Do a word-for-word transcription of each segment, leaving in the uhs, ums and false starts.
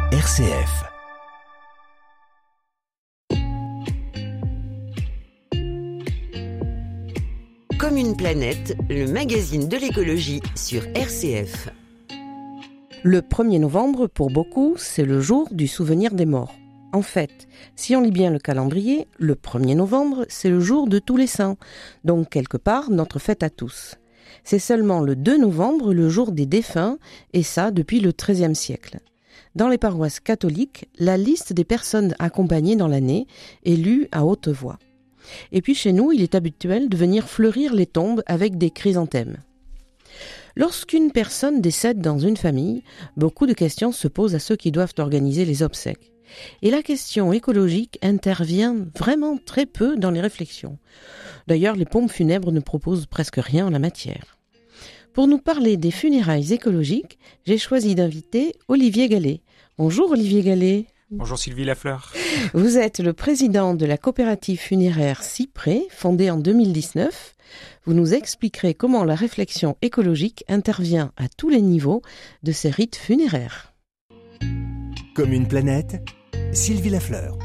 R C F. Comme une planète, le magazine de l'écologie sur R C F. Le premier novembre, pour beaucoup, c'est le jour du souvenir des morts. En fait, si on lit bien le calendrier, le premier novembre, c'est le jour de tous les saints, donc quelque part notre fête à tous. C'est seulement le deux novembre, le jour des défunts, et ça depuis le treizième siècle. Dans les paroisses catholiques, la liste des personnes accompagnées dans l'année est lue à haute voix. Et puis chez nous, il est habituel de venir fleurir les tombes avec des chrysanthèmes. Lorsqu'une personne décède dans une famille, beaucoup de questions se posent à ceux qui doivent organiser les obsèques. Et la question écologique intervient vraiment très peu dans les réflexions. D'ailleurs, les pompes funèbres ne proposent presque rien en la matière. Pour nous parler des funérailles écologiques, j'ai choisi d'inviter Olivier Gallet. Bonjour Olivier Gallet. Bonjour Sylvie Lafleur. Vous êtes le président de la coopérative funéraire Cyprès, fondée en deux mille dix-neuf. Vous nous expliquerez comment la réflexion écologique intervient à tous les niveaux de ces rites funéraires. Comme une planète, Sylvie Lafleur.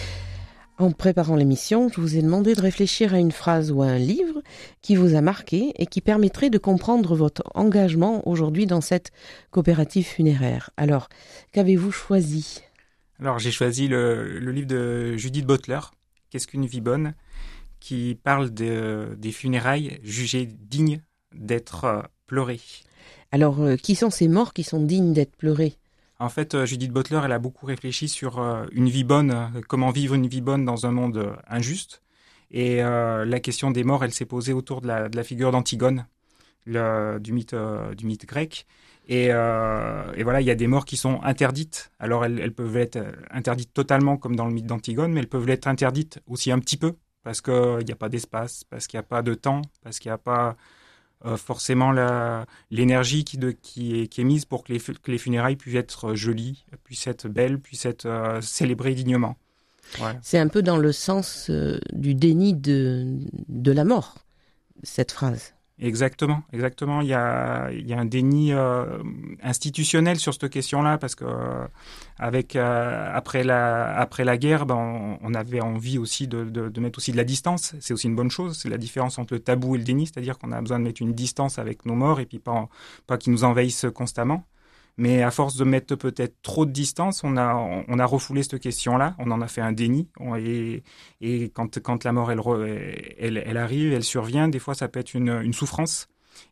En préparant l'émission, je vous ai demandé de réfléchir à une phrase ou à un livre qui vous a marqué et qui permettrait de comprendre votre engagement aujourd'hui dans cette coopérative funéraire. Alors, qu'avez-vous choisi ? Alors, j'ai choisi le, le livre de Judith Butler, « Qu'est-ce qu'une vie bonne ?», qui parle de, des funérailles jugées dignes d'être euh, pleurées. Alors, euh, qui sont ces morts qui sont dignes d'être pleurés ? En fait, euh, Judith Butler, elle a beaucoup réfléchi sur euh, une vie bonne, euh, comment vivre une vie bonne dans un monde euh, injuste. Et euh, la question des morts, elle s'est posée autour de la, de la figure d'Antigone, le, du, mythe, euh, du mythe grec. Et, euh, et voilà, il y a des morts qui sont interdites. Alors, elles, elles peuvent être interdites totalement, comme dans le mythe d'Antigone, mais elles peuvent l'être interdites aussi un petit peu, parce qu'il n'y a pas d'espace, parce qu'il n'y a pas de temps, parce qu'il n'y a pas euh, forcément la, l'énergie qui, de, qui, est, qui est mise pour que les, que les funérailles puissent être jolies, puissent être belles, puissent être euh, célébrées dignement. Voilà. C'est un peu dans le sens euh, du déni de, de la mort, cette phrase. Exactement, exactement. Il y a, il y a un déni euh, institutionnel sur cette question-là parce que euh, avec euh, après la après la guerre, ben, on, on avait envie aussi de, de, de mettre aussi de la distance. C'est aussi une bonne chose. C'est la différence entre le tabou et le déni, c'est-à-dire qu'on a besoin de mettre une distance avec nos morts et puis pas pas qu'ils nous envahissent constamment. Mais à force de mettre peut-être trop de distance, on a on a refoulé cette question-là. On en a fait un déni. On, et et quand quand la mort elle, elle elle arrive, elle survient. Des fois, ça peut être une une souffrance.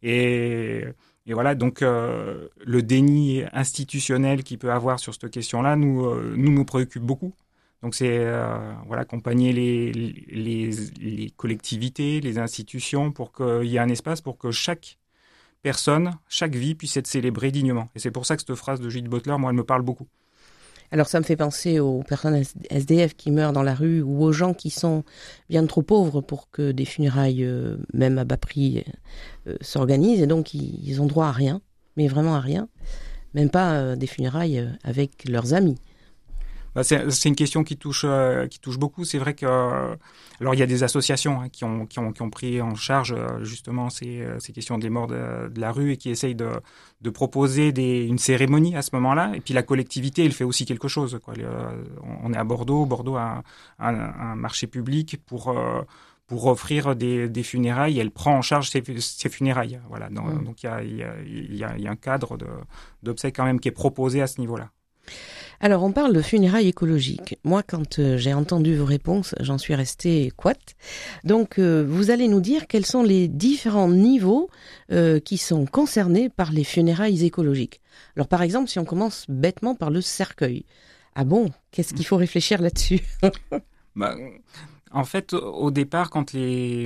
Et et voilà. Donc euh, le déni institutionnel qu'il peut avoir sur cette question-là nous euh, nous nous préoccupe beaucoup. Donc c'est euh, voilà accompagner les, les les collectivités, les institutions pour qu'il y ait un espace pour que chaque personne, chaque vie puisse être célébrée dignement. Et c'est pour ça que cette phrase de Judith Butler, moi, elle me parle beaucoup. Alors ça me fait penser aux personnes S D F qui meurent dans la rue ou aux gens qui sont bien trop pauvres pour que des funérailles, euh, même à bas prix, euh, s'organisent. Et donc ils, ils ont droit à rien, mais vraiment à rien. Même pas euh, des funérailles avec leurs amis. Bah c'est, c'est une question qui touche, euh, qui touche beaucoup. C'est vrai que, euh, alors il y a des associations hein, qui ont, qui ont, qui ont pris en charge euh, justement ces, ces questions des morts de, de la rue et qui essayent de, de proposer des, une cérémonie à ce moment-là. Et puis la collectivité, elle fait aussi quelque chose, quoi. Euh, on est à Bordeaux, Bordeaux a un, un, un marché public pour euh, pour offrir des, des funérailles. Elle prend en charge ces, ces funérailles. Voilà. Donc, mmh. donc il y a, il y a, il y a, il y a un cadre de, d'obsèques quand même qui est proposé à ce niveau-là. Alors, on parle de funérailles écologiques. Moi, quand euh, j'ai entendu vos réponses, j'en suis restée couette. Donc, euh, vous allez nous dire quels sont les différents niveaux euh, qui sont concernés par les funérailles écologiques. Alors, par exemple, si on commence bêtement par le cercueil. Ah bon, qu'est-ce qu'il faut réfléchir là-dessus ? bah, En fait, au départ, quand les...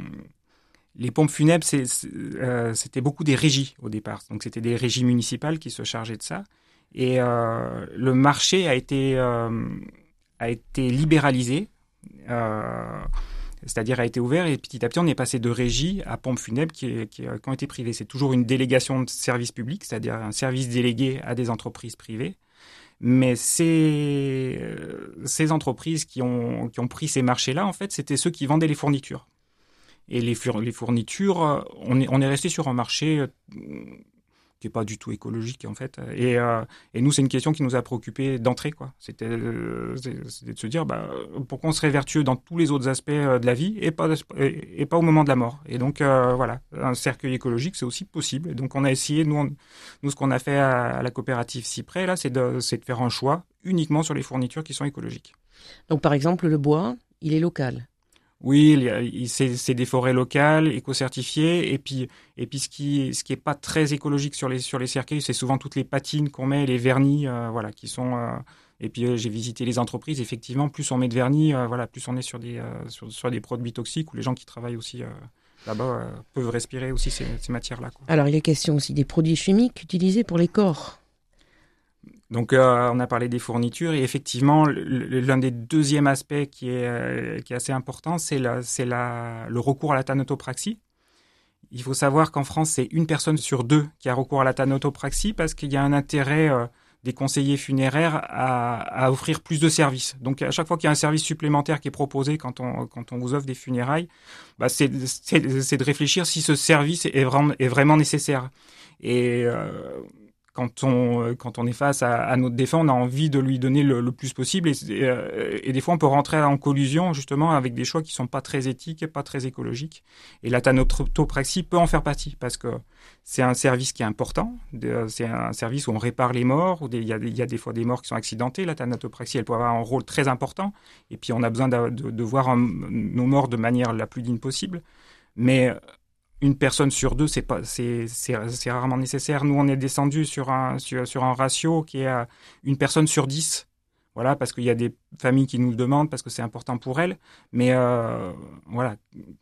Les pompes funèbres, c'est, c'est, euh, c'était beaucoup des régies au départ. Donc, c'était des régies municipales qui se chargeaient de ça. Et euh, le marché a été, euh, a été libéralisé, euh, c'est-à-dire a été ouvert et petit à petit on est passé de régie à pompes funèbres qui, qui, qui ont été privées. C'est toujours une délégation de service public, c'est-à-dire un service délégué à des entreprises privées. Mais ces, ces entreprises qui ont, qui ont pris ces marchés-là, en fait, c'était ceux qui vendaient les fournitures. Et les, les fournitures, on est, on est resté sur un marché qui est pas du tout écologique en fait. Et, euh, et nous, c'est une question qui nous a préoccupés d'entrée, quoi. C'était, euh, c'était de se dire, bah, pourquoi on serait vertueux dans tous les autres aspects de la vie et pas, et, et pas au moment de la mort. Et donc, euh, voilà, un cercueil écologique, c'est aussi possible. Et donc, on a essayé, nous, on, nous ce qu'on a fait à, à la coopérative Cyprès, là, c'est de, c'est de faire un choix uniquement sur les fournitures qui sont écologiques. Donc, par exemple, le bois, il est local. Oui, il y a, il, c'est, c'est des forêts locales, éco-certifiées, et puis, et puis ce qui, ce qui est pas très écologique sur les, sur les cercueils, c'est souvent toutes les patines qu'on met, les vernis, euh, voilà, qui sont. Euh, et puis euh, j'ai visité les entreprises, effectivement, plus on met de vernis, euh, voilà, plus on est sur des, euh, sur, sur des produits toxiques, où les gens qui travaillent aussi euh, là-bas euh, peuvent respirer aussi ces, ces matières-là, quoi. Alors il y a question aussi des produits chimiques utilisés pour les corps. Donc, euh, on a parlé des fournitures et effectivement, l'un des deuxièmes aspects qui est, euh, qui est assez important, c'est, la, c'est la, le recours à la thanatopraxie. Il faut savoir qu'en France, c'est une personne sur deux qui a recours à la thanatopraxie parce qu'il y a un intérêt euh, des conseillers funéraires à, à offrir plus de services. Donc, à chaque fois qu'il y a un service supplémentaire qui est proposé quand on, quand on vous offre des funérailles, bah, c'est, c'est, c'est de réfléchir si ce service est vraiment, est vraiment nécessaire. Et... Euh, Quand on, quand on est face à, à notre défunt, on a envie de lui donner le, le plus possible. Et, et, et des fois, on peut rentrer en collusion, justement, avec des choix qui sont pas très éthiques et pas très écologiques. Et la thanatopraxie peut en faire partie, parce que c'est un service qui est important. C'est un service où on répare les morts, où il y a, il y a des fois des morts qui sont accidentées. La thanatopraxie, elle peut avoir un rôle très important. Et puis, on a besoin de, de, de voir un, nos morts de manière la plus digne possible. Mais... une personne sur deux, c'est pas, c'est, c'est, c'est rarement nécessaire. Nous, on est descendu sur un, sur, sur un ratio qui est à une personne sur dix. Voilà, parce qu'il y a des familles qui nous le demandent, parce que c'est important pour elles. Mais euh, voilà,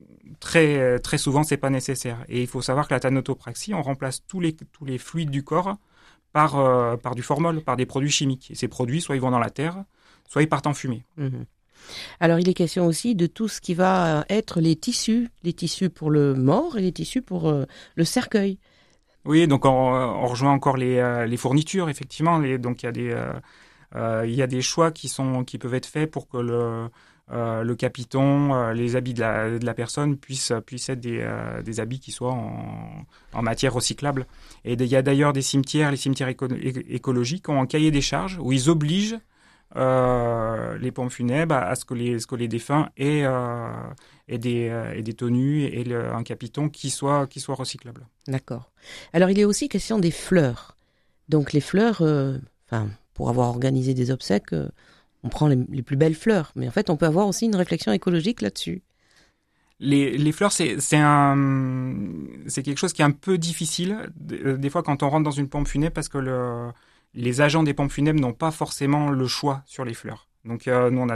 très, très souvent, c'est pas nécessaire. Et il faut savoir que la thanatopraxie, on remplace tous les, tous les fluides du corps par, euh, par du formol, par des produits chimiques. Et ces produits, soit ils vont dans la terre, soit ils partent en fumée. Mmh. Alors, il est question aussi de tout ce qui va être les tissus, les tissus pour le mort et les tissus pour euh, le cercueil. Oui, donc on, on rejoint encore les, euh, les fournitures, effectivement. Les, donc il y a des, euh, euh, il y a des choix qui sont, qui peuvent être faits pour que le, euh, le capiton, euh, les habits de la, de la personne puissent, puissent être des, euh, des habits qui soient en, en matière recyclable. Et il y a d'ailleurs des cimetières, les cimetières éco- écologiques ont un cahier des charges où ils obligent Euh, les pompes funèbres à, à ce que les, ce que les défunts aient, euh, aient, des, euh, aient des tenues et le, un capiton qui soit, qui soit recyclable. D'accord. Alors, il est aussi question des fleurs. Donc, les fleurs, euh, enfin, pour avoir organisé des obsèques, euh, on prend les, les plus belles fleurs. Mais en fait, on peut avoir aussi une réflexion écologique là-dessus. Les, les fleurs, c'est, c'est, un, c'est quelque chose qui est un peu difficile, des fois, quand on rentre dans une pompe funèbre, parce que le... les agents des pompes funèbres n'ont pas forcément le choix sur les fleurs. Donc euh, nous, on a,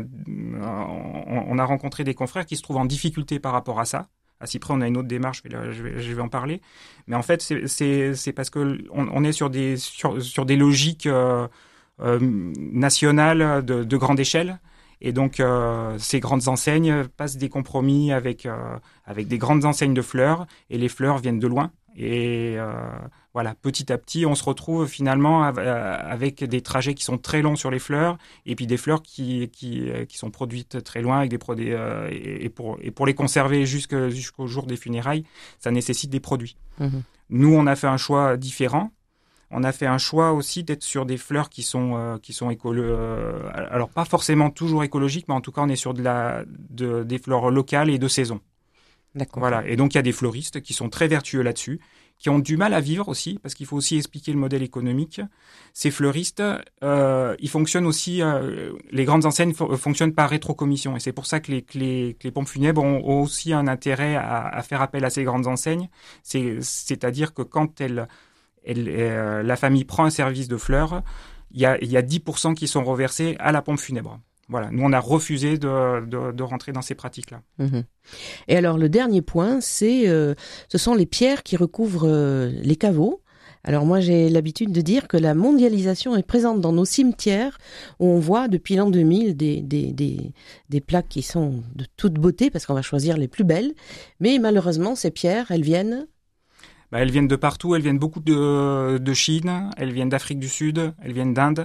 on, on a rencontré des confrères qui se trouvent en difficulté par rapport à ça. À Cyprès, on a une autre démarche, je vais, je vais, je vais en parler. Mais en fait, c'est, c'est, c'est parce qu'on on est sur des, sur, sur des logiques euh, euh, nationales de, de grande échelle. Et donc, euh, ces grandes enseignes passent des compromis avec, euh, avec des grandes enseignes de fleurs. Et les fleurs viennent de loin. Et euh, voilà, petit à petit, on se retrouve finalement avec des trajets qui sont très longs sur les fleurs, et puis des fleurs qui qui, qui sont produites très loin avec des produits euh, et pour et pour les conserver jusqu'au jusqu'au jour des funérailles, ça nécessite des produits. Mmh. Nous, on a fait un choix différent. On a fait un choix aussi d'être sur des fleurs qui sont euh, qui sont écolo. Euh, alors pas forcément toujours écologiques, mais en tout cas, on est sur de la de des fleurs locales et de saison. D'accord. Voilà. Et donc, il y a des fleuristes qui sont très vertueux là-dessus, qui ont du mal à vivre aussi, parce qu'il faut aussi expliquer le modèle économique. Ces fleuristes, euh, ils fonctionnent aussi, euh, les grandes enseignes f- fonctionnent par rétrocommission. Et c'est pour ça que les, que les, que les pompes funèbres ont, ont aussi un intérêt à, à faire appel à ces grandes enseignes. C'est, c'est-à-dire que quand elle, elle, euh, la famille prend un service de fleurs, il y a, il y a dix pour cent qui sont reversés à la pompe funèbre. Voilà, nous on a refusé de, de, de rentrer dans ces pratiques-là. Mmh. Et alors le dernier point, c'est, euh, ce sont les pierres qui recouvrent euh, les caveaux. Alors moi j'ai l'habitude de dire que la mondialisation est présente dans nos cimetières, où on voit depuis l'an deux mille des, des, des, des plaques qui sont de toute beauté, parce qu'on va choisir les plus belles. Mais malheureusement ces pierres, elles viennent... Bah, elles viennent de partout, elles viennent beaucoup de, de Chine, elles viennent d'Afrique du Sud, elles viennent d'Inde.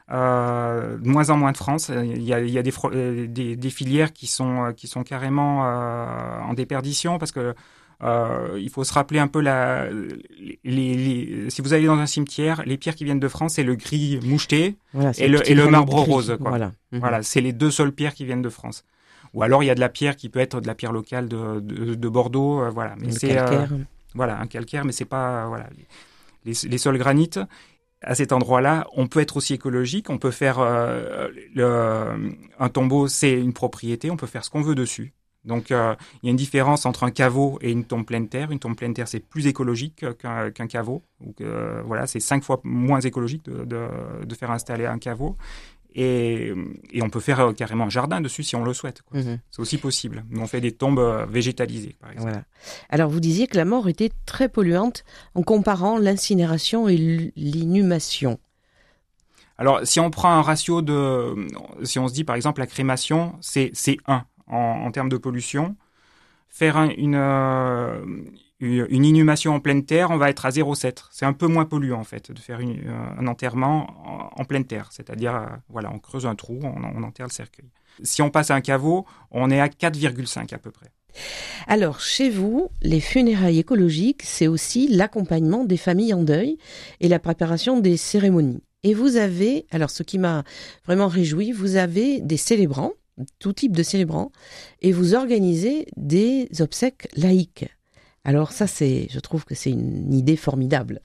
Euh, de moins en moins de France. Il y a, il y a des, des, des filières qui sont, qui sont carrément euh, en déperdition parce que Euh, il faut se rappeler un peu la, les, les, les, si vous allez dans un cimetière, les pierres qui viennent de France, c'est le gris moucheté voilà, et le, et le marbre gris, rose. Quoi. Voilà. Mmh. Voilà, c'est les deux seules pierres qui viennent de France. Ou alors il y a de la pierre qui peut être de la pierre locale de, de, de Bordeaux, euh, voilà. Mais le c'est calcaire. Euh, voilà, un calcaire, mais c'est pas voilà les, les, les sols granites. À cet endroit-là, on peut être aussi écologique. On peut faire euh, le, un tombeau, c'est une propriété. On peut faire ce qu'on veut dessus. Donc, euh, il y a une différence entre un caveau et une tombe pleine terre. Une tombe pleine terre, c'est plus écologique qu'un, qu'un caveau. Donc, euh, voilà, c'est cinq fois moins écologique de, de, de faire installer un caveau. Et, et on peut faire euh, carrément un jardin dessus si on le souhaite. Quoi. Mmh. C'est aussi possible. Nous, on fait des tombes euh, végétalisées, par exemple. Voilà. Alors, vous disiez que la mort était très polluante en comparant l'incinération et l'inhumation. Alors, si on prend un ratio de... Si on se dit, par exemple, la crémation, c'est, c'est un. En, en termes de pollution, faire un, une, euh, une inhumation en pleine terre, on va être à zéro virgule sept. C'est un peu moins polluant, en fait, de faire une, un enterrement en, en pleine terre. C'est-à-dire, euh, voilà, on creuse un trou, on, on enterre le cercueil. Si on passe à un caveau, on est à quatre virgule cinq à peu près. Alors, chez vous, les funérailles écologiques, c'est aussi l'accompagnement des familles en deuil et la préparation des cérémonies. Et vous avez, alors ce qui m'a vraiment réjoui, vous avez des célébrants, tout type de célébrants, et vous organisez des obsèques laïques. Alors ça, c'est, je trouve que c'est une idée formidable.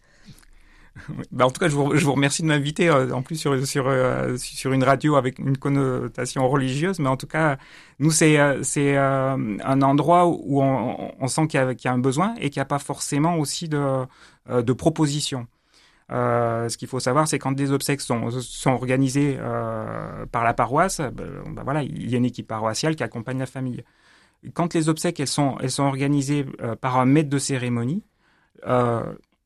Bah en tout cas, je vous, je vous remercie de m'inviter, euh, en plus sur, sur, euh, sur une radio avec une connotation religieuse, mais en tout cas, nous, c'est, euh, c'est euh, un endroit où on, on sent qu'il y, a, qu'il y a un besoin et qu'il n'y a pas forcément aussi de, euh, de propositions. Euh, ce qu'il faut savoir, c'est quand des obsèques sont, sont organisées euh, par la paroisse, ben, ben voilà, il y a une équipe paroissiale qui accompagne la famille. Quand les obsèques elles sont, elles sont organisées euh, par un maître de cérémonie, euh,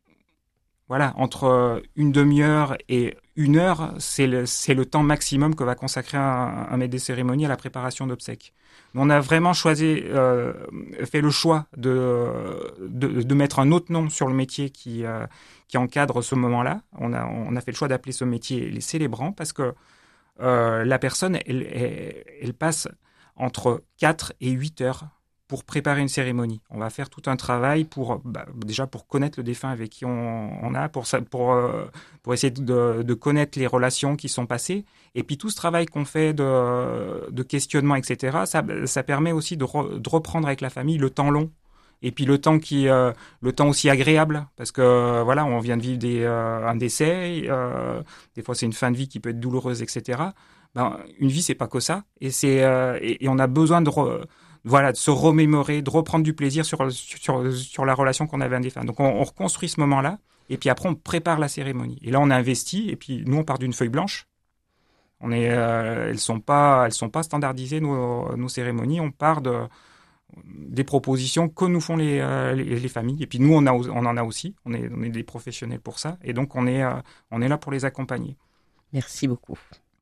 voilà, entre une demi-heure et une heure, c'est le, c'est le temps maximum que va consacrer un, un maître de cérémonie à la préparation d'obsèques. On a vraiment choisi, euh, fait le choix de, de, de mettre un autre nom sur le métier qui, euh, qui encadre ce moment-là. On a, on a fait le choix d'appeler ce métier les célébrants parce que euh, la personne, elle, elle, elle passe entre quatre et huit heures pour préparer une cérémonie. On va faire tout un travail pour, bah, déjà pour connaître le défunt avec qui on, on a, pour, pour, euh, pour essayer de, de connaître les relations qui sont passées. Et puis tout ce travail qu'on fait de, de questionnement, et cetera, ça, ça permet aussi de, re, de reprendre avec la famille le temps long. Et puis le temps qui, euh, le temps aussi agréable, parce que euh, voilà, on vient de vivre des, euh, un décès. Euh, des fois, c'est une fin de vie qui peut être douloureuse, et cetera. Ben, une vie, c'est pas que ça. Et c'est, euh, et, et on a besoin de re, voilà, de se remémorer, de reprendre du plaisir sur, sur, sur la relation qu'on avait avec un défunt. Donc, on, on reconstruit ce moment-là, et puis après, on prépare la cérémonie. Et là, on investit, et puis nous, on part d'une feuille blanche. On est, euh, elles sont pas, elles sont pas standardisées, nos, nos cérémonies. On part de, des propositions que nous font les, euh, les, les familles. Et puis nous, on, a, on en a aussi. On est, on est des professionnels pour ça. Et donc, on est, euh, on est là pour les accompagner. Merci beaucoup.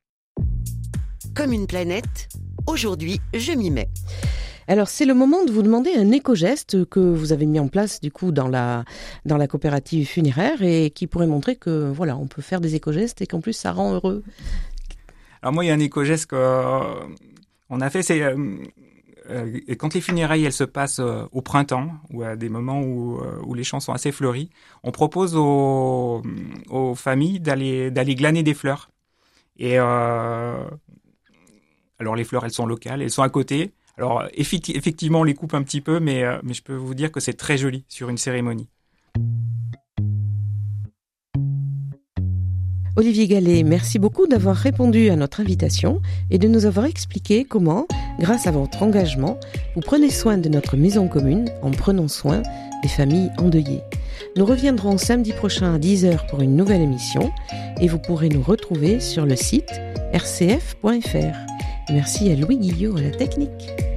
Comme une planète, aujourd'hui, je m'y mets. Alors, c'est le moment de vous demander un éco-geste que vous avez mis en place, du coup, dans la, dans la coopérative funéraire et qui pourrait montrer que, voilà, on peut faire des éco-gestes et qu'en plus, ça rend heureux. Alors, moi, il y a un éco-geste qu'on euh, a fait, c'est euh, euh, quand les funérailles, elles se passent euh, au printemps ou à des moments où, euh, où les champs sont assez fleuris, on propose aux, aux familles d'aller, d'aller glaner des fleurs. Et euh, alors, les fleurs, elles sont locales, elles sont à côté. Alors, effectivement, on les coupe un petit peu, mais, euh, mais je peux vous dire que c'est très joli sur une cérémonie. Olivier Gallet, merci beaucoup d'avoir répondu à notre invitation et de nous avoir expliqué comment, grâce à votre engagement, vous prenez soin de notre maison commune en prenant soin des familles endeuillées. Nous reviendrons samedi prochain à dix heures pour une nouvelle émission et vous pourrez nous retrouver sur le site r c f point f r. Merci à Louis Guillot à la technique.